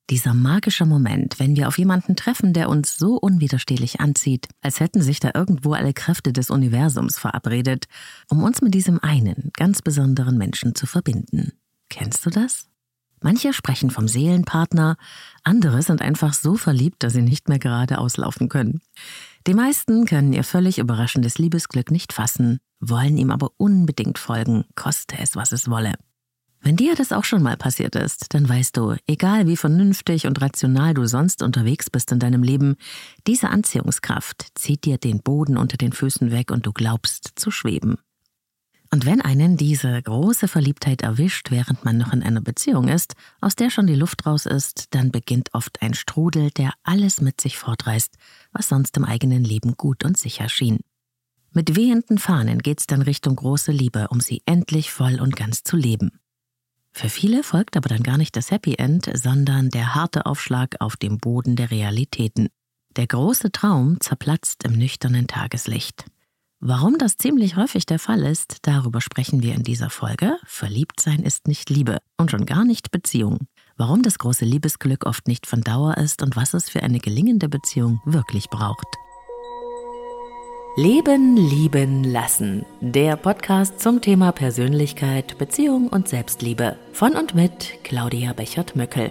Dieser magische Moment, wenn wir auf jemanden treffen, der uns so unwiderstehlich anzieht, als hätten sich da irgendwo alle Kräfte des Universums verabredet, um uns mit diesem einen, ganz besonderen Menschen zu verbinden. Kennst du das? Manche sprechen vom Seelenpartner, andere sind einfach so verliebt, dass sie nicht mehr gerade auslaufen können. Die meisten können ihr völlig überraschendes Liebesglück nicht fassen, wollen ihm aber unbedingt folgen, koste es, was es wolle. Wenn dir das auch schon mal passiert ist, dann weißt du, egal wie vernünftig und rational du sonst unterwegs bist in deinem Leben, diese Anziehungskraft zieht dir den Boden unter den Füßen weg und du glaubst zu schweben. Und wenn einen diese große Verliebtheit erwischt, während man noch in einer Beziehung ist, aus der schon die Luft raus ist, dann beginnt oft ein Strudel, der alles mit sich fortreißt, was sonst im eigenen Leben gut und sicher schien. Mit wehenden Fahnen geht's dann Richtung große Liebe, um sie endlich voll und ganz zu leben. Für viele folgt aber dann gar nicht das Happy End, sondern der harte Aufschlag auf dem Boden der Realitäten. Der große Traum zerplatzt im nüchternen Tageslicht. Warum das ziemlich häufig der Fall ist, darüber sprechen wir in dieser Folge. Verliebtsein ist nicht Liebe und schon gar nicht Beziehung. Warum das große Liebesglück oft nicht von Dauer ist und was es für eine gelingende Beziehung wirklich braucht. Leben, lieben, lassen. Der Podcast zum Thema Persönlichkeit, Beziehung und Selbstliebe. Von und mit Claudia Bechert-Möckel.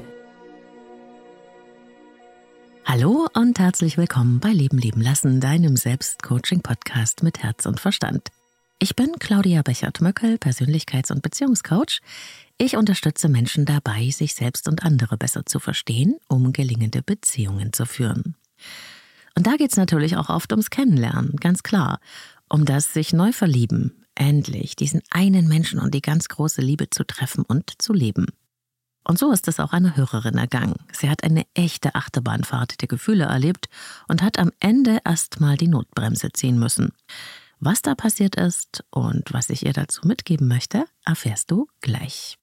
Hallo und herzlich willkommen bei Leben, lieben, lassen, deinem Selbstcoaching-Podcast mit Herz und Verstand. Ich bin Claudia Bechert-Möckel, Persönlichkeits- und Beziehungscoach. Ich unterstütze Menschen dabei, sich selbst und andere besser zu verstehen, um gelingende Beziehungen zu führen. Und da geht's natürlich auch oft ums Kennenlernen, ganz klar. Um das sich neu verlieben, endlich diesen einen Menschen und die ganz große Liebe zu treffen und zu leben. Und so ist es auch einer Hörerin ergangen. Sie hat eine echte Achterbahnfahrt der Gefühle erlebt und hat am Ende erstmal die Notbremse ziehen müssen. Was da passiert ist und was ich ihr dazu mitgeben möchte, erfährst du gleich.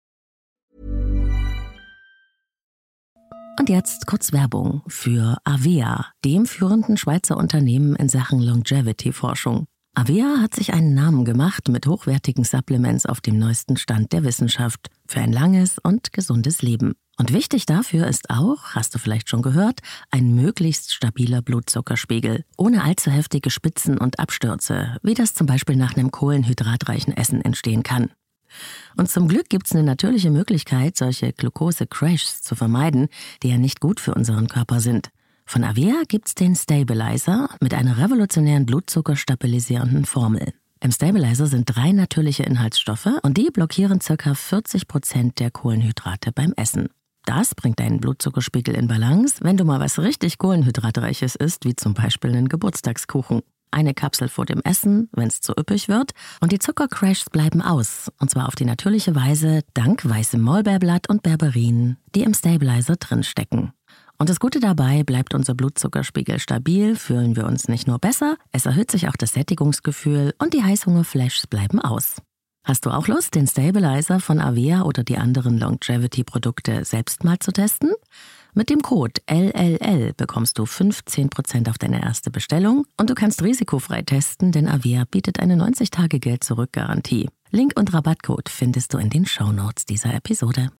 Und jetzt kurz Werbung für Avea, dem führenden Schweizer Unternehmen in Sachen Longevity-Forschung. Avea hat sich einen Namen gemacht mit hochwertigen Supplements auf dem neuesten Stand der Wissenschaft für ein langes und gesundes Leben. Und wichtig dafür ist auch, hast du vielleicht schon gehört, ein möglichst stabiler Blutzuckerspiegel, ohne allzu heftige Spitzen und Abstürze, wie das zum Beispiel nach einem kohlenhydratreichen Essen entstehen kann. Und zum Glück gibt es eine natürliche Möglichkeit, solche Glucose-Crashs zu vermeiden, die ja nicht gut für unseren Körper sind. Von Avea gibt's den Stabilizer mit einer revolutionären blutzuckerstabilisierenden Formel. Im Stabilizer sind 3 natürliche Inhaltsstoffe und die blockieren ca. 40% der Kohlenhydrate beim Essen. Das bringt deinen Blutzuckerspiegel in Balance, wenn du mal was richtig Kohlenhydratreiches isst, wie zum Beispiel einen Geburtstagskuchen. Eine Kapsel vor dem Essen, wenn es zu üppig wird, und die Zuckercrashs bleiben aus, und zwar auf die natürliche Weise dank weißem Maulbeerblatt und Berberin, die im Stabilizer drinstecken. Und das Gute dabei, bleibt unser Blutzuckerspiegel stabil, fühlen wir uns nicht nur besser, es erhöht sich auch das Sättigungsgefühl und die Heißhungerflashs bleiben aus. Hast du auch Lust, den Stabilizer von Avea oder die anderen Longevity-Produkte selbst mal zu testen? Mit dem Code LLL bekommst du 15% auf deine erste Bestellung und du kannst risikofrei testen, denn Avea bietet eine 90-Tage-Geld-Zurück-Garantie. Link und Rabattcode findest du in den Shownotes dieser Episode.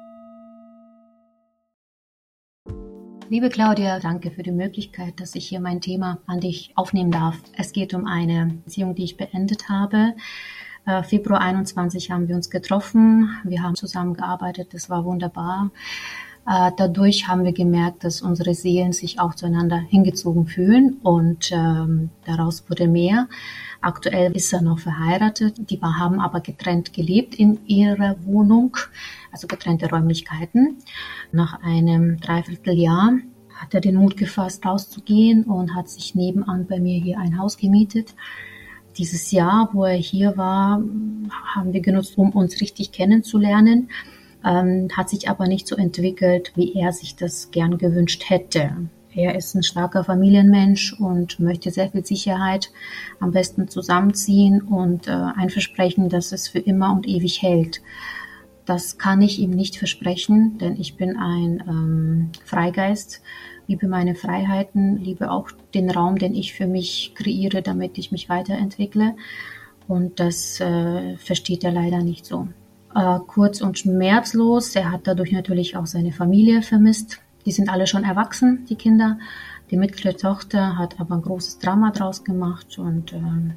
Liebe Claudia, danke für die Möglichkeit, dass ich hier mein Thema an dich aufnehmen darf. Es geht um eine Beziehung, die ich beendet habe. Februar 21 haben wir uns getroffen. Wir haben zusammengearbeitet. Das war wunderbar. Dadurch haben wir gemerkt, dass unsere Seelen sich auch zueinander hingezogen fühlen und daraus wurde mehr. Aktuell ist er noch verheiratet. Die haben aber getrennt gelebt in ihrer Wohnung, also getrennte Räumlichkeiten. Nach einem Dreivierteljahr hat er den Mut gefasst, rauszugehen und hat sich nebenan bei mir hier ein Haus gemietet. Dieses Jahr, wo er hier war, haben wir genutzt, um uns richtig kennenzulernen. Hat sich aber nicht so entwickelt, wie er sich das gern gewünscht hätte. Er ist ein starker Familienmensch und möchte sehr viel Sicherheit, am besten zusammenziehen und ein Versprechen, dass es für immer und ewig hält. Das kann ich ihm nicht versprechen, denn ich bin ein Freigeist, liebe meine Freiheiten, liebe auch den Raum, den ich für mich kreiere, damit ich mich weiterentwickle. Und das versteht er leider nicht so. kurz und schmerzlos. Er hat dadurch natürlich auch seine Familie vermisst. Die sind alle schon erwachsen, die Kinder. Die mittlere Tochter hat aber ein großes Drama draus gemacht und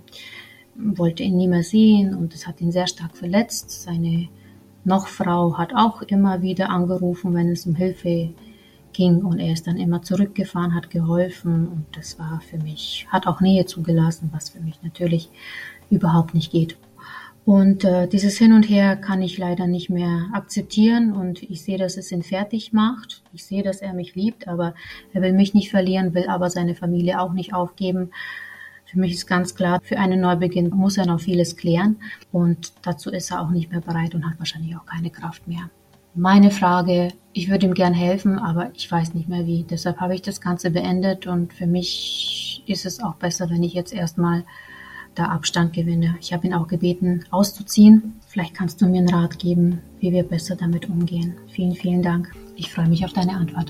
wollte ihn nie mehr sehen und das hat ihn sehr stark verletzt. Seine Nochfrau hat auch immer wieder angerufen, wenn es um Hilfe ging und er ist dann immer zurückgefahren, hat geholfen und das war für mich, hat auch Nähe zugelassen, was für mich natürlich überhaupt nicht geht. Und dieses Hin und Her kann ich leider nicht mehr akzeptieren und ich sehe, dass es ihn fertig macht. Ich sehe, dass er mich liebt, aber er will mich nicht verlieren, will aber seine Familie auch nicht aufgeben. Für mich ist ganz klar, für einen Neubeginn muss er noch vieles klären und dazu ist er auch nicht mehr bereit und hat wahrscheinlich auch keine Kraft mehr. Meine Frage, ich würde ihm gern helfen, aber ich weiß nicht mehr wie. Deshalb habe ich das Ganze beendet und für mich ist es auch besser, wenn ich jetzt erstmal da Abstand gewinne. Ich habe ihn auch gebeten, auszuziehen. Vielleicht kannst du mir einen Rat geben, wie wir besser damit umgehen. Vielen, vielen Dank. Ich freue mich auf deine Antwort.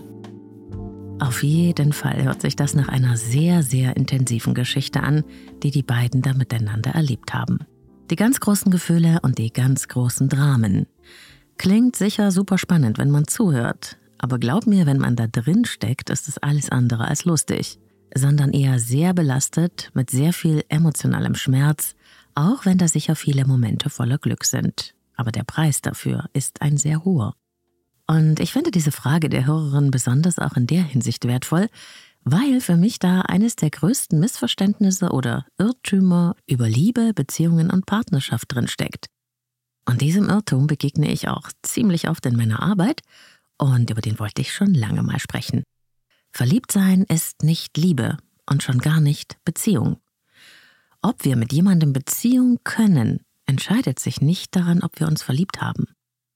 Auf jeden Fall hört sich das nach einer sehr, sehr intensiven Geschichte an, die die beiden da miteinander erlebt haben. Die ganz großen Gefühle und die ganz großen Dramen. Klingt sicher super spannend, wenn man zuhört. Aber glaub mir, wenn man da drin steckt, ist es alles andere als lustig. Sondern eher sehr belastet, mit sehr viel emotionalem Schmerz, auch wenn da sicher viele Momente voller Glück sind. Aber der Preis dafür ist ein sehr hoher. Und ich finde diese Frage der Hörerin besonders auch in der Hinsicht wertvoll, weil für mich da eines der größten Missverständnisse oder Irrtümer über Liebe, Beziehungen und Partnerschaft drin steckt. Und diesem Irrtum begegne ich auch ziemlich oft in meiner Arbeit und über den wollte ich schon lange mal sprechen. Verliebtsein ist nicht Liebe und schon gar nicht Beziehung. Ob wir mit jemandem Beziehung können, entscheidet sich nicht daran, ob wir uns verliebt haben.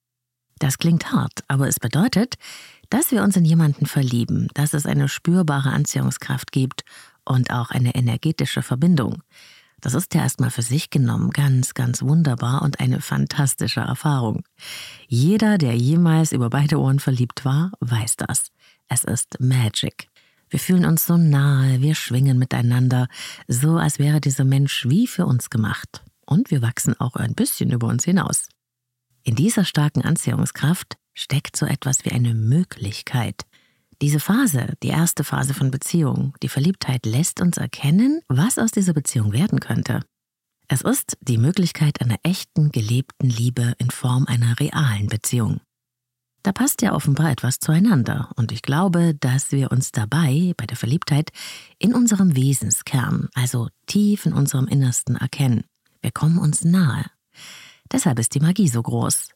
Das klingt hart, aber es bedeutet, dass wir uns in jemanden verlieben, dass es eine spürbare Anziehungskraft gibt und auch eine energetische Verbindung. Das ist ja erstmal für sich genommen ganz, ganz wunderbar und eine fantastische Erfahrung. Jeder, der jemals über beide Ohren verliebt war, weiß das. Es ist Magic. Wir fühlen uns so nahe, wir schwingen miteinander, so als wäre dieser Mensch wie für uns gemacht. Und wir wachsen auch ein bisschen über uns hinaus. In dieser starken Anziehungskraft steckt so etwas wie eine Möglichkeit. Diese Phase, die erste Phase von Beziehung, die Verliebtheit, lässt uns erkennen, was aus dieser Beziehung werden könnte. Es ist die Möglichkeit einer echten, gelebten Liebe in Form einer realen Beziehung. Da passt ja offenbar etwas zueinander und ich glaube, dass wir uns dabei, bei der Verliebtheit, in unserem Wesenskern, also tief in unserem Innersten erkennen. Wir kommen uns nahe. Deshalb ist die Magie so groß.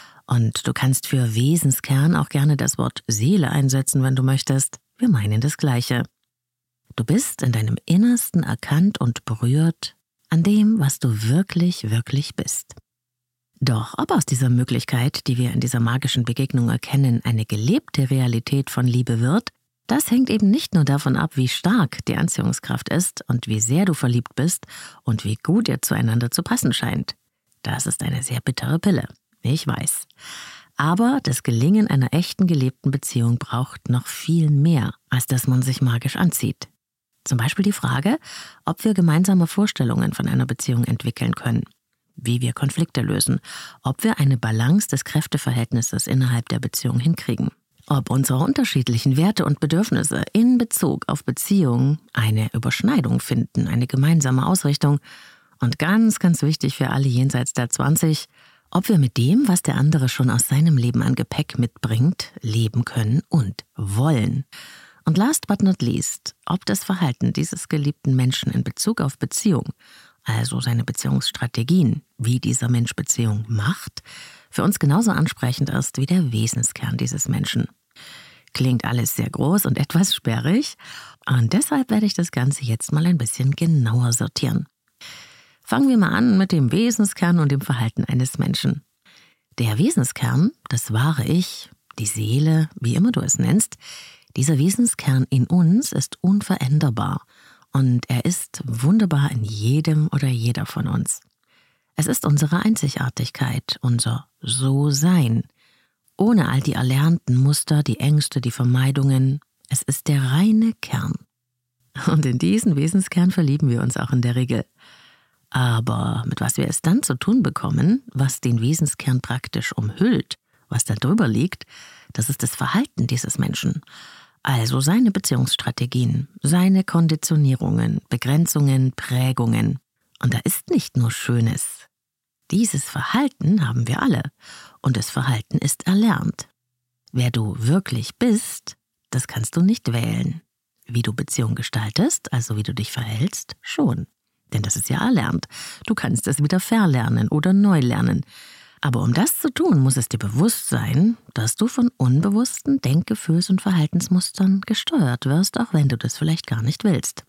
Und du kannst für Wesenskern auch gerne das Wort Seele einsetzen, wenn du möchtest. Wir meinen das Gleiche. Du bist in deinem Innersten erkannt und berührt an dem, was du wirklich, wirklich bist. Doch ob aus dieser Möglichkeit, die wir in dieser magischen Begegnung erkennen, eine gelebte Realität von Liebe wird, das hängt eben nicht nur davon ab, wie stark die Anziehungskraft ist und wie sehr du verliebt bist und wie gut ihr zueinander zu passen scheint. Das ist eine sehr bittere Pille, ich weiß. Aber das Gelingen einer echten gelebten Beziehung braucht noch viel mehr, als dass man sich magisch anzieht. Zum Beispiel die Frage, ob wir gemeinsame Vorstellungen von einer Beziehung entwickeln können, wie wir Konflikte lösen, ob wir eine Balance des Kräfteverhältnisses innerhalb der Beziehung hinkriegen, ob unsere unterschiedlichen Werte und Bedürfnisse in Bezug auf Beziehungen eine Überschneidung finden, eine gemeinsame Ausrichtung und ganz, ganz wichtig für alle jenseits der 20, ob wir mit dem, was der andere schon aus seinem Leben an Gepäck mitbringt, leben können und wollen. Und last but not least, ob das Verhalten dieses geliebten Menschen in Bezug auf Beziehung, also seine Beziehungsstrategien, wie dieser Mensch Beziehung macht, für uns genauso ansprechend ist wie der Wesenskern dieses Menschen. Klingt alles sehr groß und etwas sperrig und deshalb werde ich das Ganze jetzt mal ein bisschen genauer sortieren. Fangen wir mal an mit dem Wesenskern und dem Verhalten eines Menschen. Der Wesenskern, das wahre Ich, die Seele, wie immer du es nennst, dieser Wesenskern in uns ist unveränderbar und er ist wunderbar in jedem oder jeder von uns. Es ist unsere Einzigartigkeit, unser So-Sein, ohne all die erlernten Muster, die Ängste, die Vermeidungen. Es ist der reine Kern. Und in diesen Wesenskern verlieben wir uns auch in der Regel. Aber mit was wir es dann zu tun bekommen, was den Wesenskern praktisch umhüllt, was da drüber liegt, das ist das Verhalten dieses Menschen. Also seine Beziehungsstrategien, seine Konditionierungen, Begrenzungen, Prägungen. Und da ist nicht nur Schönes. Dieses Verhalten haben wir alle und das Verhalten ist erlernt. Wer du wirklich bist, das kannst du nicht wählen. Wie du Beziehung gestaltest, also wie du dich verhältst, schon. Denn das ist ja erlernt. Du kannst es wieder verlernen oder neu lernen. Aber um das zu tun, muss es dir bewusst sein, dass du von unbewussten Denk-, Gefühls- und Verhaltensmustern gesteuert wirst, auch wenn du das vielleicht gar nicht willst.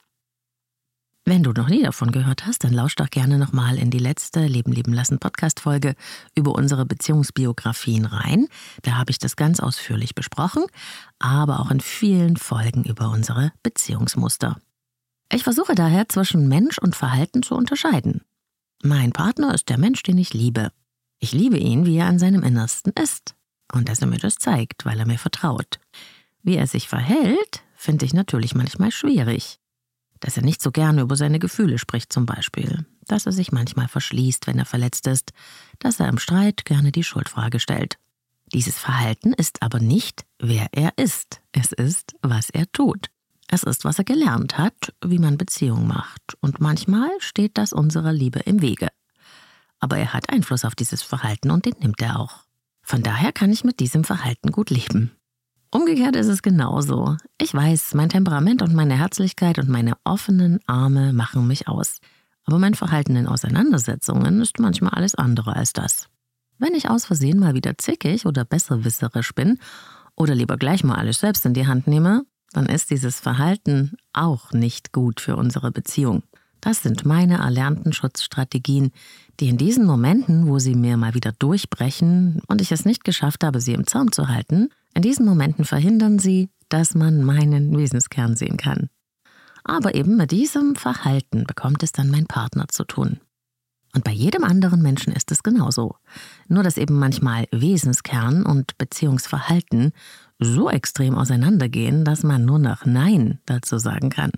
Wenn du noch nie davon gehört hast, dann lausch doch gerne nochmal in die letzte Leben leben lassen Podcast-Folge über unsere Beziehungsbiografien rein. Da habe ich das ganz ausführlich besprochen, aber auch in vielen Folgen über unsere Beziehungsmuster. Ich versuche daher zwischen Mensch und Verhalten zu unterscheiden. Mein Partner ist der Mensch, den ich liebe. Ich liebe ihn, wie er an seinem Innersten ist und dass er mir das zeigt, weil er mir vertraut. Wie er sich verhält, finde ich natürlich manchmal schwierig. Dass er nicht so gerne über seine Gefühle spricht zum Beispiel, dass er sich manchmal verschließt, wenn er verletzt ist, dass er im Streit gerne die Schuldfrage stellt. Dieses Verhalten ist aber nicht, wer er ist. Es ist, was er tut. Es ist, was er gelernt hat, wie man Beziehung macht. Und manchmal steht das unserer Liebe im Wege. Aber er hat Einfluss auf dieses Verhalten und den nimmt er auch. Von daher kann ich mit diesem Verhalten gut leben. Umgekehrt ist es genauso. Ich weiß, mein Temperament und meine Herzlichkeit und meine offenen Arme machen mich aus. Aber mein Verhalten in Auseinandersetzungen ist manchmal alles andere als das. Wenn ich aus Versehen mal wieder zickig oder besserwisserisch bin oder lieber gleich mal alles selbst in die Hand nehme, dann ist dieses Verhalten auch nicht gut für unsere Beziehung. Das sind meine erlernten Schutzstrategien, die in diesen Momenten, wo sie mir mal wieder durchbrechen und ich es nicht geschafft habe, sie im Zaum zu halten, in diesen Momenten verhindern sie, dass man meinen Wesenskern sehen kann. Aber eben mit diesem Verhalten bekommt es dann mein Partner zu tun. Und bei jedem anderen Menschen ist es genauso. Nur dass eben manchmal Wesenskern und Beziehungsverhalten so extrem auseinandergehen, dass man nur noch Nein dazu sagen kann.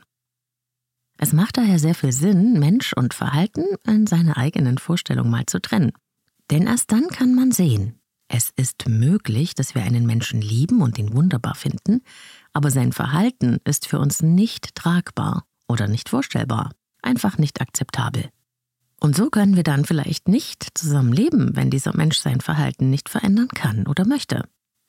Es macht daher sehr viel Sinn, Mensch und Verhalten in seiner eigenen Vorstellung mal zu trennen. Denn erst dann kann man sehen, es ist möglich, dass wir einen Menschen lieben und ihn wunderbar finden, aber sein Verhalten ist für uns nicht tragbar oder nicht vorstellbar, einfach nicht akzeptabel. Und so können wir dann vielleicht nicht zusammen leben, wenn dieser Mensch sein Verhalten nicht verändern kann oder möchte.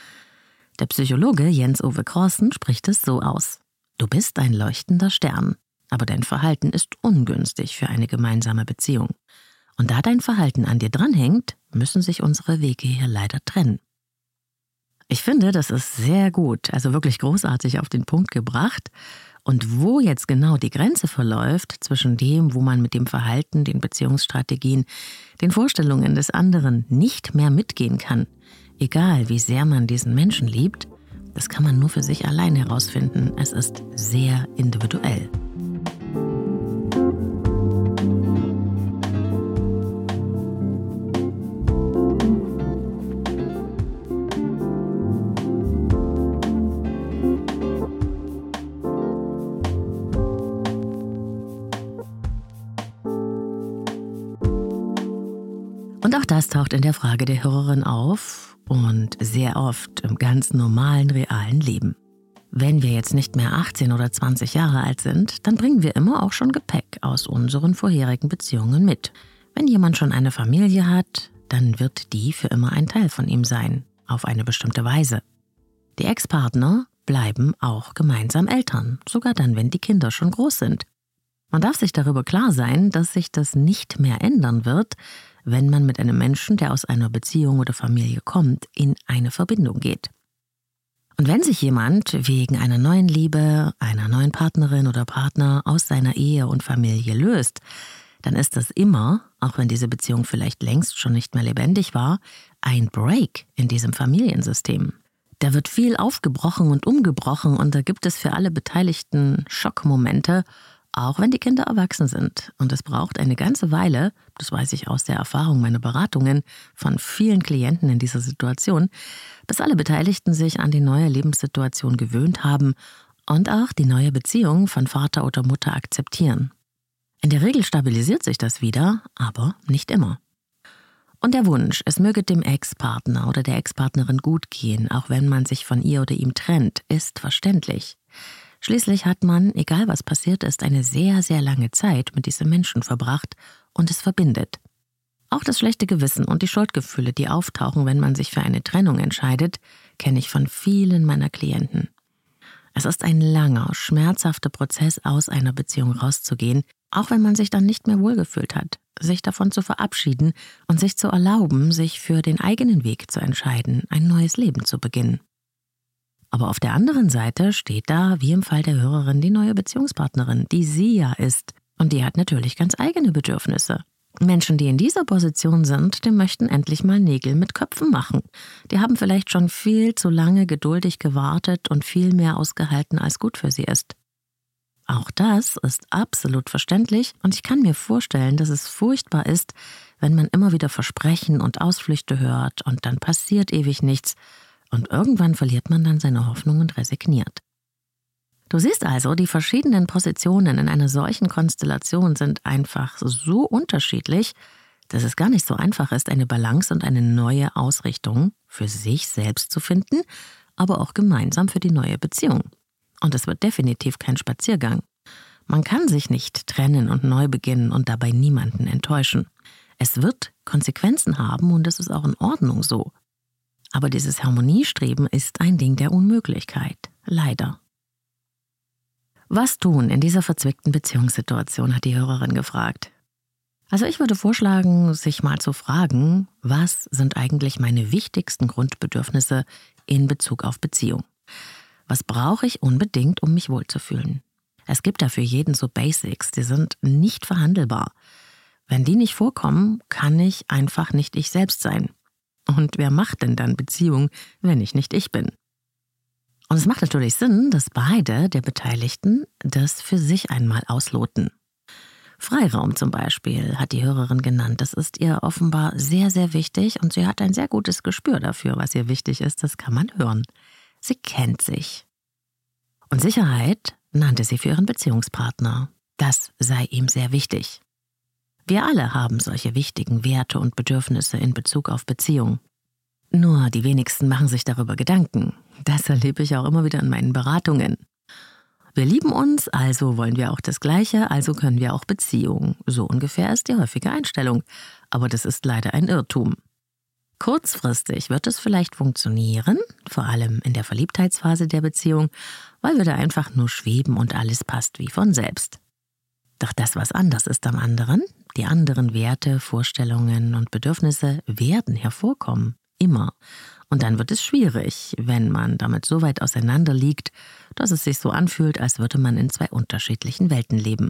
Der Psychologe Jens-Ove Crossen spricht es so aus: Du bist ein leuchtender Stern, aber dein Verhalten ist ungünstig für eine gemeinsame Beziehung. Und da dein Verhalten an dir dranhängt, müssen sich unsere Wege hier leider trennen. Ich finde, das ist sehr gut, also wirklich großartig auf den Punkt gebracht. Und wo jetzt genau die Grenze verläuft zwischen dem, wo man mit dem Verhalten, den Beziehungsstrategien, den Vorstellungen des anderen nicht mehr mitgehen kann, egal wie sehr man diesen Menschen liebt, das kann man nur für sich allein herausfinden. Es ist sehr individuell. Und auch das taucht in der Frage der Hörerin auf und sehr oft im ganz normalen, realen Leben. Wenn wir jetzt nicht mehr 18 oder 20 Jahre alt sind, dann bringen wir immer auch schon Gepäck aus unseren vorherigen Beziehungen mit. Wenn jemand schon eine Familie hat, dann wird die für immer ein Teil von ihm sein, auf eine bestimmte Weise. Die Ex-Partner bleiben auch gemeinsam Eltern, sogar dann, wenn die Kinder schon groß sind. Man darf sich darüber klar sein, dass sich das nicht mehr ändern wird, wenn man mit einem Menschen, der aus einer Beziehung oder Familie kommt, in eine Verbindung geht. Und wenn sich jemand wegen einer neuen Liebe, einer neuen Partnerin oder Partner aus seiner Ehe und Familie löst, dann ist das immer, auch wenn diese Beziehung vielleicht längst schon nicht mehr lebendig war, ein Break in diesem Familiensystem. Da wird viel aufgebrochen und umgebrochen und da gibt es für alle Beteiligten Schockmomente, auch wenn die Kinder erwachsen sind. Und es braucht eine ganze Weile, das weiß ich aus der Erfahrung meiner Beratungen von vielen Klienten in dieser Situation, bis alle Beteiligten sich an die neue Lebenssituation gewöhnt haben und auch die neue Beziehung von Vater oder Mutter akzeptieren. In der Regel stabilisiert sich das wieder, aber nicht immer. Und der Wunsch, es möge dem Ex-Partner oder der Ex-Partnerin gut gehen, auch wenn man sich von ihr oder ihm trennt, ist verständlich. Schließlich hat man, egal was passiert ist, eine sehr, sehr lange Zeit mit diesem Menschen verbracht und es verbindet. Auch das schlechte Gewissen und die Schuldgefühle, die auftauchen, wenn man sich für eine Trennung entscheidet, kenne ich von vielen meiner Klienten. Es ist ein langer, schmerzhafter Prozess, aus einer Beziehung rauszugehen, auch wenn man sich dann nicht mehr wohlgefühlt hat, sich davon zu verabschieden und sich zu erlauben, sich für den eigenen Weg zu entscheiden, ein neues Leben zu beginnen. Aber auf der anderen Seite steht da, wie im Fall der Hörerin, die neue Beziehungspartnerin, die sie ja ist. Und die hat natürlich ganz eigene Bedürfnisse. Menschen, die in dieser Position sind, die möchten endlich mal Nägel mit Köpfen machen. Die haben vielleicht schon viel zu lange geduldig gewartet und viel mehr ausgehalten, als gut für sie ist. Auch das ist absolut verständlich und ich kann mir vorstellen, dass es furchtbar ist, wenn man immer wieder Versprechen und Ausflüchte hört und dann passiert ewig nichts und irgendwann verliert man dann seine Hoffnung und resigniert. Du siehst also, die verschiedenen Positionen in einer solchen Konstellation sind einfach so unterschiedlich, dass es gar nicht so einfach ist, eine Balance und eine neue Ausrichtung für sich selbst zu finden, aber auch gemeinsam für die neue Beziehung. Und es wird definitiv kein Spaziergang. Man kann sich nicht trennen und neu beginnen und dabei niemanden enttäuschen. Es wird Konsequenzen haben und es ist auch in Ordnung so. Aber dieses Harmoniestreben ist ein Ding der Unmöglichkeit. Leider. Was tun in dieser verzwickten Beziehungssituation, hat die Hörerin gefragt. Also ich würde vorschlagen, sich mal zu fragen, was sind eigentlich meine wichtigsten Grundbedürfnisse in Bezug auf Beziehung? Was brauche ich unbedingt, um mich wohlzufühlen? Es gibt da für jeden so Basics, die sind nicht verhandelbar. Wenn die nicht vorkommen, kann ich einfach nicht ich selbst sein. Und wer macht denn dann Beziehung, wenn ich nicht ich bin? Und es macht natürlich Sinn, dass beide der Beteiligten das für sich einmal ausloten. Freiraum zum Beispiel hat die Hörerin genannt. Das ist ihr offenbar sehr, sehr wichtig und sie hat ein sehr gutes Gespür dafür, was ihr wichtig ist. Das kann man hören. Sie kennt sich. Und Sicherheit nannte sie für ihren Beziehungspartner. Das sei ihm sehr wichtig. Wir alle haben solche wichtigen Werte und Bedürfnisse in Bezug auf Beziehung. Nur die wenigsten machen sich darüber Gedanken. Das erlebe ich auch immer wieder in meinen Beratungen. Wir lieben uns, also wollen wir auch das Gleiche, also können wir auch Beziehung. So ungefähr ist die häufige Einstellung. Aber das ist leider ein Irrtum. Kurzfristig wird es vielleicht funktionieren, vor allem in der Verliebtheitsphase der Beziehung, weil wir da einfach nur schweben und alles passt wie von selbst. Doch das, was anders ist am anderen, die anderen Werte, Vorstellungen und Bedürfnisse werden hervorkommen, immer. Und dann wird es schwierig, wenn man damit so weit auseinander liegt, dass es sich so anfühlt, als würde man in zwei unterschiedlichen Welten leben.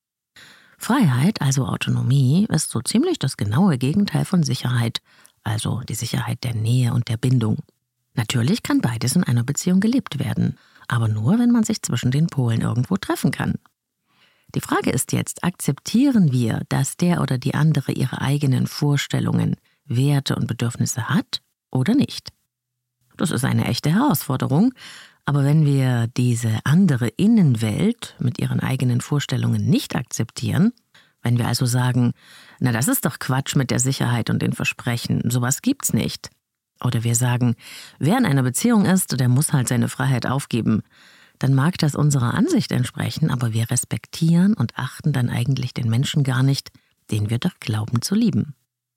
Freiheit, also Autonomie, ist so ziemlich das genaue Gegenteil von Sicherheit, also die Sicherheit der Nähe und der Bindung. Natürlich kann beides in einer Beziehung gelebt werden, aber nur, wenn man sich zwischen den Polen irgendwo treffen kann. Die Frage ist jetzt, akzeptieren wir, dass der oder die andere ihre eigenen Vorstellungen, Werte und Bedürfnisse hat oder nicht? Das ist eine echte Herausforderung, aber wenn wir diese andere Innenwelt mit ihren eigenen Vorstellungen nicht akzeptieren, wenn wir also sagen, na das ist doch Quatsch mit der Sicherheit und den Versprechen, sowas gibt's nicht. Oder wir sagen, wer in einer Beziehung ist, der muss halt seine Freiheit aufgeben. Dann mag das unserer Ansicht entsprechen, aber wir respektieren und achten dann eigentlich den Menschen gar nicht, den wir doch glauben zu lieben.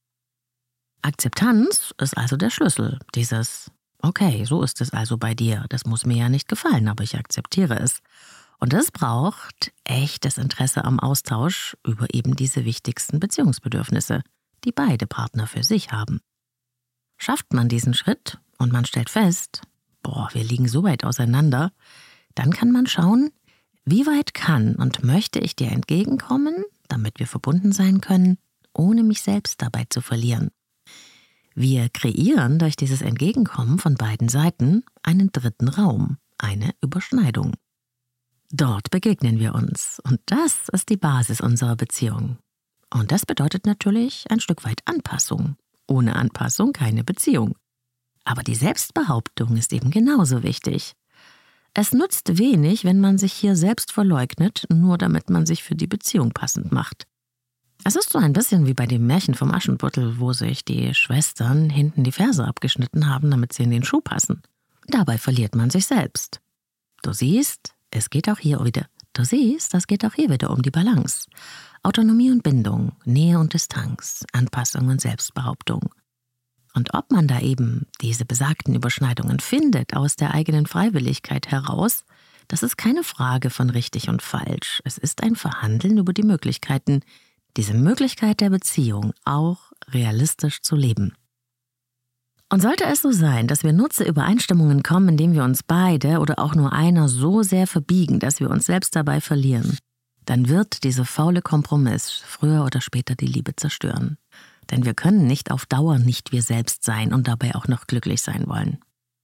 Akzeptanz ist also der Schlüssel, dieses, okay, so ist es also bei dir, das muss mir ja nicht gefallen, aber ich akzeptiere es. Und es braucht echtes Interesse am Austausch über eben diese wichtigsten Beziehungsbedürfnisse, die beide Partner für sich haben. Schafft man diesen Schritt und man stellt fest, wir liegen so weit auseinander, dann kann man schauen, wie weit kann und möchte ich dir entgegenkommen, damit wir verbunden sein können, ohne mich selbst dabei zu verlieren. Wir kreieren durch dieses Entgegenkommen von beiden Seiten einen dritten Raum, eine Überschneidung. Dort begegnen wir uns und das ist die Basis unserer Beziehung. Und das bedeutet natürlich ein Stück weit Anpassung. Ohne Anpassung keine Beziehung. Aber die Selbstbehauptung ist eben genauso wichtig. Es nützt wenig, wenn man sich hier selbst verleugnet, nur damit man sich für die Beziehung passend macht. Es ist so ein bisschen wie bei dem Märchen vom Aschenputtel, wo sich die Schwestern hinten die Ferse abgeschnitten haben, damit sie in den Schuh passen. Dabei verliert man sich selbst. Du siehst, es geht auch hier wieder. Du siehst, das geht auch hier wieder um die Balance. Autonomie und Bindung, Nähe und Distanz, Anpassung und Selbstbehauptung. Und ob man da eben diese besagten Überschneidungen findet aus der eigenen Freiwilligkeit heraus, das ist keine Frage von richtig und falsch. Es ist ein Verhandeln über die Möglichkeiten, diese Möglichkeit der Beziehung auch realistisch zu leben. Und sollte es so sein, dass wir nur zu Übereinstimmungen kommen, indem wir uns beide oder auch nur einer so sehr verbiegen, dass wir uns selbst dabei verlieren, dann wird dieser faule Kompromiss früher oder später die Liebe zerstören. Denn wir können nicht auf Dauer nicht wir selbst sein und dabei auch noch glücklich sein wollen.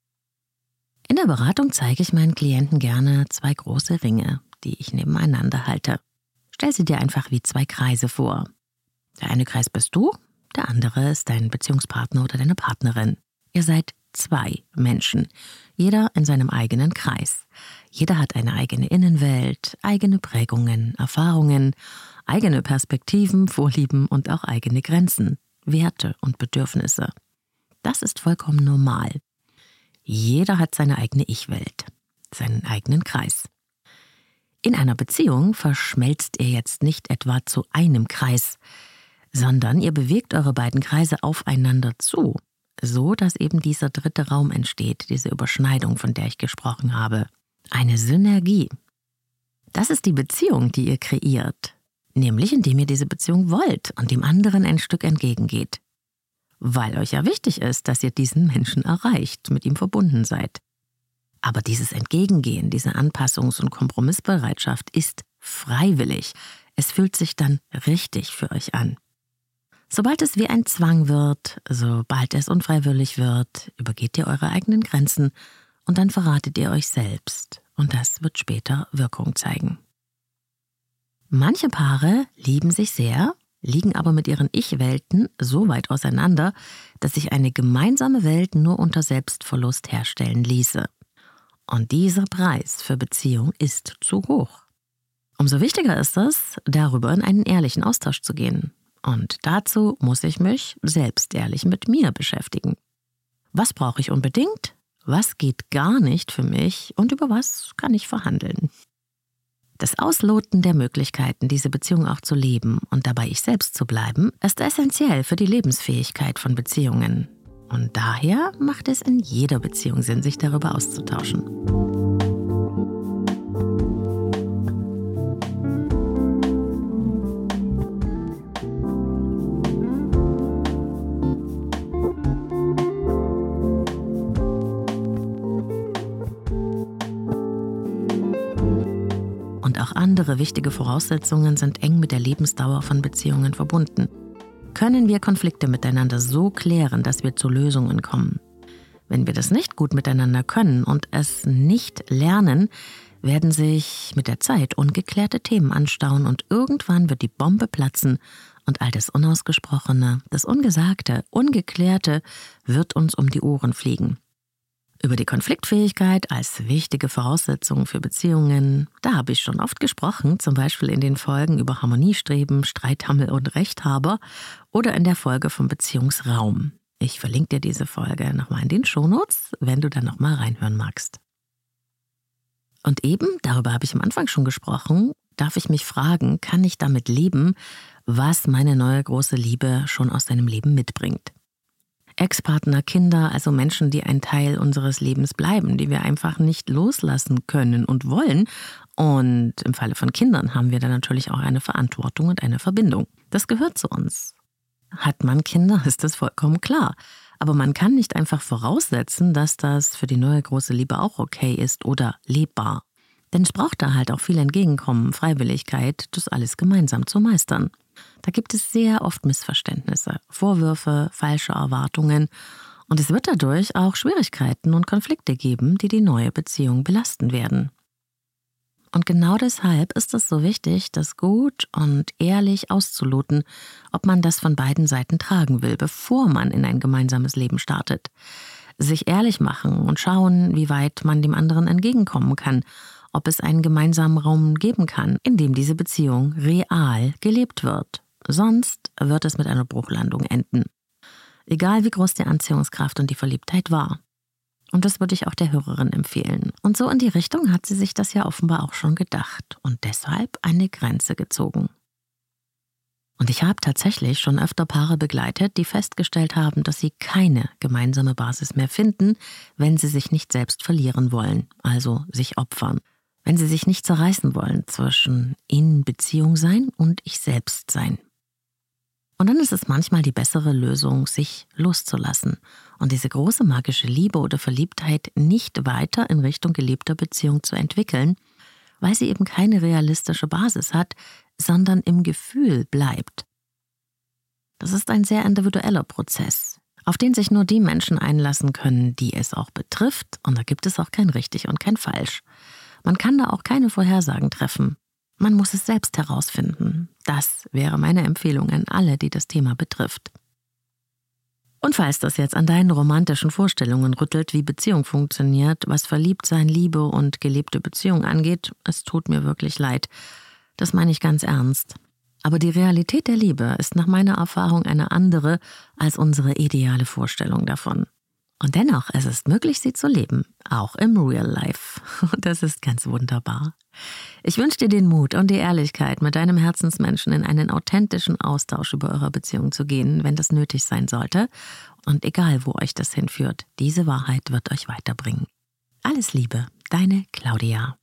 In der Beratung zeige ich meinen Klienten gerne 2 große Ringe, die ich nebeneinander halte. Stell sie dir einfach wie 2 Kreise vor. Der eine Kreis bist du, der andere ist dein Beziehungspartner oder deine Partnerin. Ihr seid 2 Menschen, jeder in seinem eigenen Kreis. Jeder hat eine eigene Innenwelt, eigene Prägungen, Erfahrungen, eigene Perspektiven, Vorlieben und auch eigene Grenzen, Werte und Bedürfnisse. Das ist vollkommen normal. Jeder hat seine eigene Ich-Welt, seinen eigenen Kreis. In einer Beziehung verschmelzt ihr jetzt nicht etwa zu einem Kreis, sondern ihr bewegt eure beiden Kreise aufeinander zu, so dass eben dieser dritte Raum entsteht, diese Überschneidung, von der ich gesprochen habe. Eine Synergie. Das ist die Beziehung, die ihr kreiert, nämlich indem ihr diese Beziehung wollt und dem anderen ein Stück entgegengeht. Weil euch ja wichtig ist, dass ihr diesen Menschen erreicht, mit ihm verbunden seid. Aber dieses Entgegengehen, diese Anpassungs- und Kompromissbereitschaft ist freiwillig. Es fühlt sich dann richtig für euch an. Sobald es wie ein Zwang wird, sobald es unfreiwillig wird, übergeht ihr eure eigenen Grenzen und dann verratet ihr euch selbst. Und das wird später Wirkung zeigen. Manche Paare lieben sich sehr, liegen aber mit ihren Ich-Welten so weit auseinander, dass sich eine gemeinsame Welt nur unter Selbstverlust herstellen ließe. Und dieser Preis für Beziehung ist zu hoch. Umso wichtiger ist es, darüber in einen ehrlichen Austausch zu gehen. Und dazu muss ich mich selbst ehrlich mit mir beschäftigen. Was brauche ich unbedingt? Was geht gar nicht für mich? Und über was kann ich verhandeln? Das Ausloten der Möglichkeiten, diese Beziehung auch zu leben und dabei ich selbst zu bleiben, ist essentiell für die Lebensfähigkeit von Beziehungen. Und daher macht es in jeder Beziehung Sinn, sich darüber auszutauschen. Und auch andere wichtige Voraussetzungen sind eng mit der Lebensdauer von Beziehungen verbunden. Können wir Konflikte miteinander so klären, dass wir zu Lösungen kommen? Wenn wir das nicht gut miteinander können und es nicht lernen, werden sich mit der Zeit ungeklärte Themen anstauen und irgendwann wird die Bombe platzen und all das Unausgesprochene, das Ungesagte, Ungeklärte wird uns um die Ohren fliegen. Über die Konfliktfähigkeit als wichtige Voraussetzung für Beziehungen, da habe ich schon oft gesprochen, zum Beispiel in den Folgen über Harmoniestreben, Streithammel und Rechthaber oder in der Folge vom Beziehungsraum. Ich verlinke dir diese Folge nochmal in den Shownotes, wenn du da nochmal reinhören magst. Und eben, darüber habe ich am Anfang schon gesprochen, darf ich mich fragen, kann ich damit leben, was meine neue große Liebe schon aus seinem Leben mitbringt? Ex-Partner, Kinder, also Menschen, die ein Teil unseres Lebens bleiben, die wir einfach nicht loslassen können und wollen. Und im Falle von Kindern haben wir dann natürlich auch eine Verantwortung und eine Verbindung. Das gehört zu uns. Hat man Kinder, ist das vollkommen klar. Aber man kann nicht einfach voraussetzen, dass das für die neue große Liebe auch okay ist oder lebbar. Denn es braucht da halt auch viel Entgegenkommen, Freiwilligkeit, das alles gemeinsam zu meistern. Da gibt es sehr oft Missverständnisse, Vorwürfe, falsche Erwartungen und es wird dadurch auch Schwierigkeiten und Konflikte geben, die die neue Beziehung belasten werden. Und genau deshalb ist es so wichtig, das gut und ehrlich auszuloten, ob man das von beiden Seiten tragen will, bevor man in ein gemeinsames Leben startet. sich ehrlich machen und schauen, wie weit man dem anderen entgegenkommen kann, ob es einen gemeinsamen Raum geben kann, in dem diese Beziehung real gelebt wird. Sonst wird es mit einer Bruchlandung enden. Egal wie groß die Anziehungskraft und die Verliebtheit war. Und das würde ich auch der Hörerin empfehlen. Und so in die Richtung hat sie sich das ja offenbar auch schon gedacht und deshalb eine Grenze gezogen. Und ich habe tatsächlich schon öfter Paare begleitet, die festgestellt haben, dass sie keine gemeinsame Basis mehr finden, wenn sie sich nicht selbst verlieren wollen, also sich opfern. Wenn sie sich nicht zerreißen wollen zwischen in Beziehung sein und ich selbst sein. Und dann ist es manchmal die bessere Lösung, sich loszulassen und diese große magische Liebe oder Verliebtheit nicht weiter in Richtung gelebter Beziehung zu entwickeln, weil sie eben keine realistische Basis hat, sondern im Gefühl bleibt. Das ist ein sehr individueller Prozess, auf den sich nur die Menschen einlassen können, die es auch betrifft, und da gibt es auch kein richtig und kein falsch. Man kann da auch keine Vorhersagen treffen. Man muss es selbst herausfinden. Das wäre meine Empfehlung an alle, die das Thema betrifft. Und falls das jetzt an deinen romantischen Vorstellungen rüttelt, wie Beziehung funktioniert, was Verliebtsein, Liebe und gelebte Beziehung angeht, es tut mir wirklich leid. Das meine ich ganz ernst. Aber die Realität der Liebe ist nach meiner Erfahrung eine andere als unsere ideale Vorstellung davon. Und dennoch, es ist möglich, sie zu leben, auch im Real Life. Und das ist ganz wunderbar. Ich wünsche dir den Mut und die Ehrlichkeit, mit deinem Herzensmenschen in einen authentischen Austausch über eure Beziehung zu gehen, wenn das nötig sein sollte. Und egal, wo euch das hinführt, diese Wahrheit wird euch weiterbringen. Alles Liebe, deine Claudia.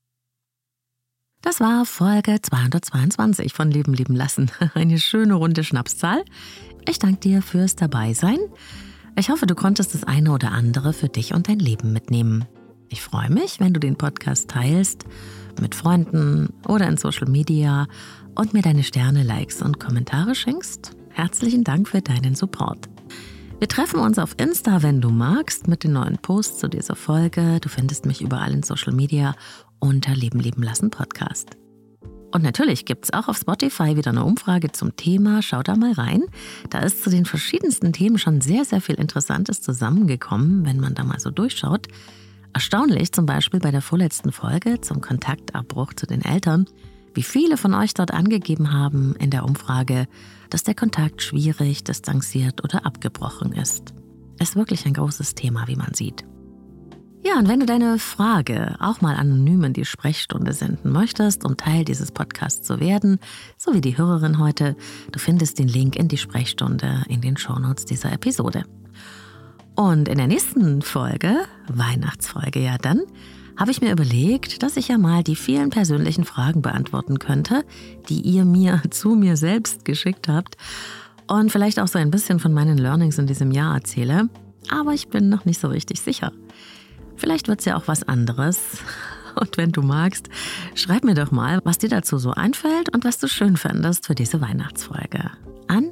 Das war Folge 222 von Leben lieben lassen. Eine schöne runde Schnapszahl. Ich danke dir fürs Dabeisein. Ich hoffe, du konntest das eine oder andere für dich und dein Leben mitnehmen. Ich freue mich, wenn du den Podcast teilst, mit Freunden oder in Social Media und mir deine Sterne, Likes und Kommentare schenkst. Herzlichen Dank für deinen Support. Wir treffen uns auf Insta, wenn du magst, mit den neuen Posts zu dieser Folge. Du findest mich überall in Social Media unter Leben lieben lassen Podcast. Und natürlich gibt es auch auf Spotify wieder eine Umfrage zum Thema. Schau da mal rein. Da ist zu den verschiedensten Themen schon sehr, sehr viel Interessantes zusammengekommen, wenn man da mal so durchschaut. Erstaunlich zum Beispiel bei der vorletzten Folge zum Kontaktabbruch zu den Eltern, wie viele von euch dort angegeben haben in der Umfrage, dass der Kontakt schwierig, distanziert oder abgebrochen ist. Ist wirklich ein großes Thema, wie man sieht. Ja, und wenn du deine Frage auch mal anonym in die Sprechstunde senden möchtest, um Teil dieses Podcasts zu werden, so wie die Hörerin heute, du findest den Link in die Sprechstunde in den Shownotes dieser Episode. Und in der nächsten Folge, Weihnachtsfolge ja dann, habe ich mir überlegt, dass ich ja mal die vielen persönlichen Fragen beantworten könnte, die ihr mir zu mir selbst geschickt habt und vielleicht auch so ein bisschen von meinen Learnings in diesem Jahr erzähle. Aber ich bin noch nicht so richtig sicher. Vielleicht wird es ja auch was anderes. Und wenn du magst, schreib mir doch mal, was dir dazu so einfällt und was du schön findest für diese Weihnachtsfolge. An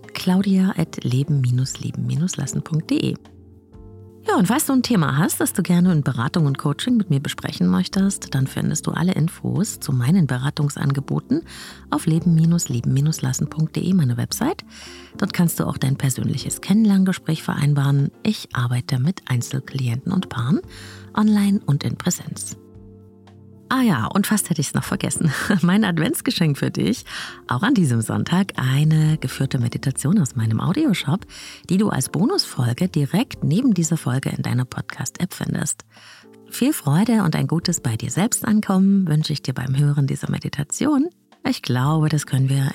claudia@leben-lieben-lassen.de. Ja, und falls du ein Thema hast, das du gerne in Beratung und Coaching mit mir besprechen möchtest, dann findest du alle Infos zu meinen Beratungsangeboten auf leben-lieben-lassen.de, meine Website. Dort kannst du auch dein persönliches Kennenlerngespräch vereinbaren. Ich arbeite mit Einzelklienten und Paaren, online und in Präsenz. Ah ja, und fast hätte ich es noch vergessen. Mein Adventsgeschenk für dich, auch an diesem Sonntag, eine geführte Meditation aus meinem Audioshop, die du als Bonusfolge direkt neben dieser Folge in deiner Podcast-App findest. Viel Freude und ein gutes bei dir selbst ankommen wünsche ich dir beim Hören dieser Meditation. Ich glaube, das können wir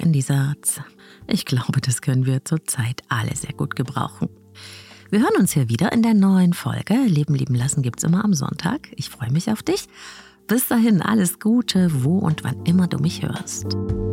zurzeit alle sehr gut gebrauchen. Wir hören uns hier wieder in der neuen Folge. Leben lieben lassen gibt's immer am Sonntag. Ich freue mich auf dich. Bis dahin alles Gute, wo und wann immer du mich hörst.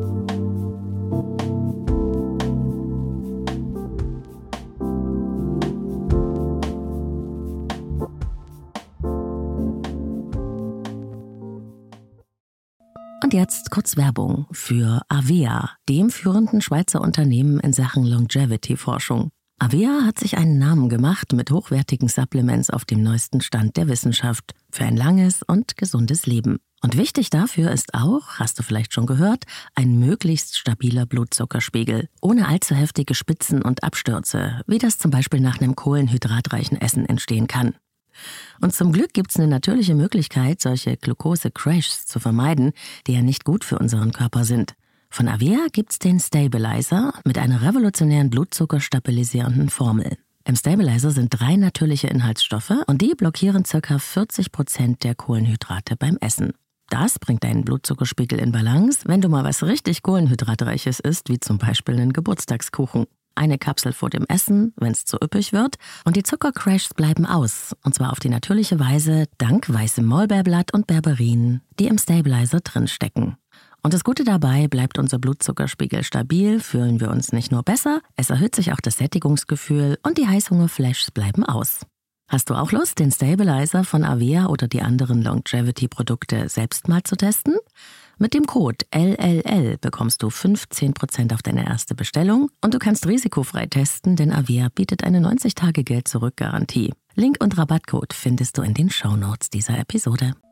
Und jetzt kurz Werbung für Avea, dem führenden Schweizer Unternehmen in Sachen Longevity-Forschung. Avea hat sich einen Namen gemacht mit hochwertigen Supplements auf dem neuesten Stand der Wissenschaft für ein langes und gesundes Leben. Und wichtig dafür ist auch, hast du vielleicht schon gehört, ein möglichst stabiler Blutzuckerspiegel, ohne allzu heftige Spitzen und Abstürze, wie das zum Beispiel nach einem kohlenhydratreichen Essen entstehen kann. Und zum Glück gibt es eine natürliche Möglichkeit, solche Glucose-Crashs zu vermeiden, die ja nicht gut für unseren Körper sind. Von Avea gibt's den Stabilizer mit einer revolutionären blutzuckerstabilisierenden Formel. Im Stabilizer sind 3 natürliche Inhaltsstoffe und die blockieren ca. 40% der Kohlenhydrate beim Essen. Das bringt deinen Blutzuckerspiegel in Balance, wenn du mal was richtig Kohlenhydratreiches isst, wie zum Beispiel einen Geburtstagskuchen. Eine Kapsel vor dem Essen, wenn es zu üppig wird, und die Zuckercrashs bleiben aus. Und zwar auf die natürliche Weise dank weißem Maulbeerblatt und Berberin, die im Stabilizer drinstecken. Und das Gute dabei, bleibt unser Blutzuckerspiegel stabil, fühlen wir uns nicht nur besser, es erhöht sich auch das Sättigungsgefühl und die Heißhungerflashs bleiben aus. Hast du auch Lust, den Stabilizer von Avea oder die anderen Longevity-Produkte selbst mal zu testen? Mit dem Code LLL bekommst du 15% auf deine erste Bestellung und du kannst risikofrei testen, denn Avea bietet eine 90-Tage-Geld-Zurück-Garantie. Link und Rabattcode findest du in den Shownotes dieser Episode.